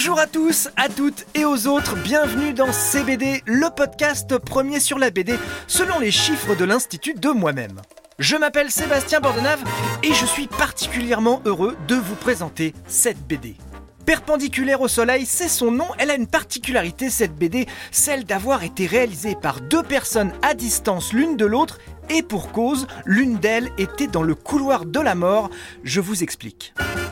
Bonjour à tous, à toutes et aux autres, bienvenue dans CBD, le podcast premier sur la BD selon les chiffres de l'Institut de moi-même. Je m'appelle Sébastien Bordenave et je suis particulièrement heureux de vous présenter cette BD. Perpendiculaire au soleil, c'est son nom, elle a une particularité cette BD, celle d'avoir été réalisée par deux personnes à distance l'une de l'autre et pour cause, l'une d'elles était dans le couloir de la mort, je vous explique.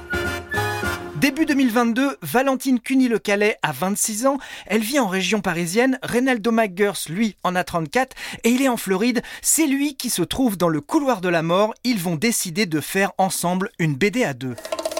Début 2022, Valentine Cuny-Le-Calais a 26 ans, elle vit en région parisienne, Reynaldo McGurst, lui, en a 34 et il est en Floride, c'est lui qui se trouve dans le couloir de la mort, ils vont décider de faire ensemble une BD à deux.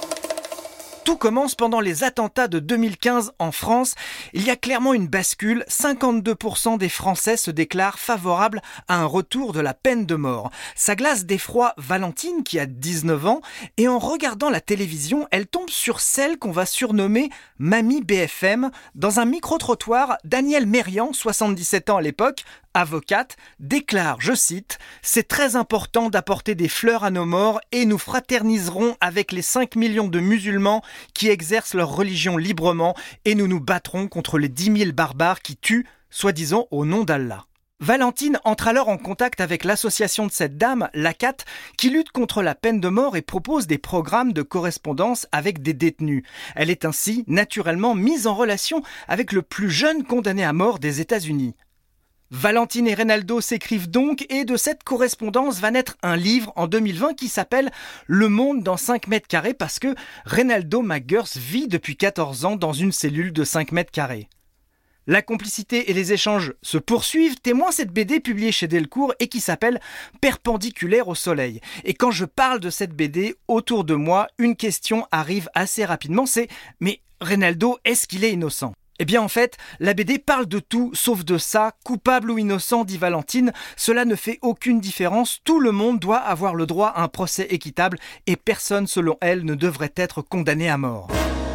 Tout commence pendant les attentats de 2015 en France. Il y a clairement une bascule. 52% des Français se déclarent favorables à un retour de la peine de mort. Ça glace d'effroi Valentine, qui a 19 ans, et en regardant la télévision, elle tombe sur celle qu'on va surnommer Mamie BFM. Dans un micro-trottoir, Danielle Mérian, 77 ans à l'époque, avocate, déclare, je cite, « C'est très important d'apporter des fleurs à nos morts et nous fraterniserons avec les 5 millions de musulmans qui exercent leur religion librement et nous nous battrons contre les 10 000 barbares qui tuent, soi-disant au nom d'Allah. » Valentine entre alors en contact avec l'association de cette dame, l'ACAT, qui lutte contre la peine de mort et propose des programmes de correspondance avec des détenus. Elle est ainsi naturellement mise en relation avec le plus jeune condamné à mort des États-Unis. Valentine et Reynaldo s'écrivent donc et de cette correspondance va naître un livre en 2020 qui s'appelle « Le monde dans 5 mètres carrés » parce que Reynaldo McGurst vit depuis 14 ans dans une cellule de 5 mètres carrés. La complicité et les échanges se poursuivent, témoin cette BD publiée chez Delcourt et qui s'appelle « Perpendiculaire au soleil ». Et quand je parle de cette BD, autour de moi, une question arrive assez rapidement, c'est « Mais Reynaldo, est-ce qu'il est innocent ?» Eh bien en fait, la BD parle de tout sauf de ça, coupable ou innocent, dit Valentine, cela ne fait aucune différence, tout le monde doit avoir le droit à un procès équitable et personne selon elle ne devrait être condamné à mort.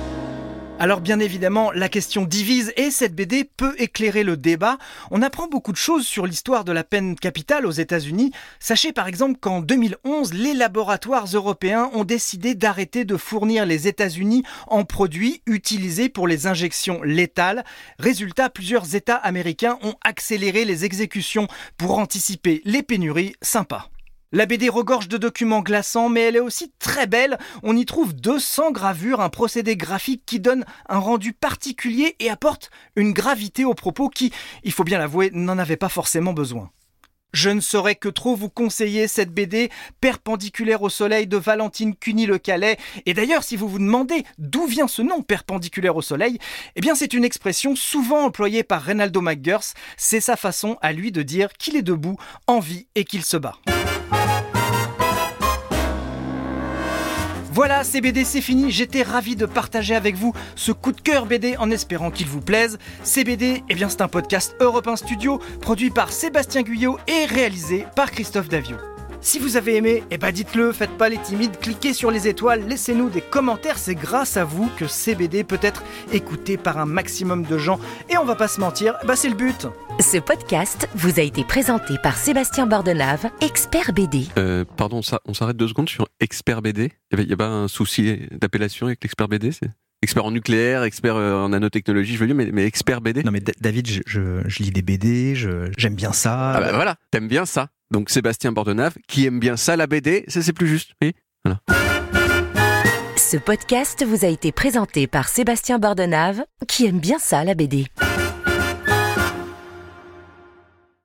Alors bien évidemment, la question divise et cette BD peut éclairer le débat. On apprend beaucoup de choses sur l'histoire de la peine capitale aux États-Unis. Sachez par exemple qu'en 2011, les laboratoires européens ont décidé d'arrêter de fournir les États-Unis en produits utilisés pour les injections létales. Résultat, plusieurs États américains ont accéléré les exécutions pour anticiper les pénuries. Sympa. La BD regorge de documents glaçants, mais elle est aussi très belle. On y trouve 200 gravures, un procédé graphique qui donne un rendu particulier et apporte une gravité aux propos qui, il faut bien l'avouer, n'en avait pas forcément besoin. Je ne saurais que trop vous conseiller cette BD Perpendiculaire au soleil de Valentine Cuny-Le-Calais. Et d'ailleurs, si vous vous demandez d'où vient ce nom Perpendiculaire au soleil, eh bien c'est une expression souvent employée par Reynaldo McGurst. C'est sa façon à lui de dire qu'il est debout, en vie et qu'il se bat. Voilà, CBD c'est fini, j'étais ravi de partager avec vous ce coup de cœur BD en espérant qu'il vous plaise. CBD, eh bien c'est un podcast Europe 1 Studio, produit par Sébastien Guyot et réalisé par Christophe Davio. Si vous avez aimé, eh ben dites-le, faites pas les timides, cliquez sur les étoiles, laissez-nous des commentaires, c'est grâce à vous que CBD peut être écouté par un maximum de gens. Et on va pas se mentir, c'est le but. Ce podcast vous a été présenté par Sébastien Bordenave, expert BD. Pardon, on s'arrête 2 secondes sur expert BD. Il n'y a pas un souci d'appellation avec l'expert BD, c'est expert en nucléaire, expert en nanotechnologie, je veux dire, mais expert BD. Non mais David, je lis des BD, j'aime bien ça. Ah bah voilà, t'aimes bien ça. Donc Sébastien Bordenave, qui aime bien ça la BD, ça c'est plus juste. Oui, voilà. Ce podcast vous a été présenté par Sébastien Bordenave, qui aime bien ça la BD.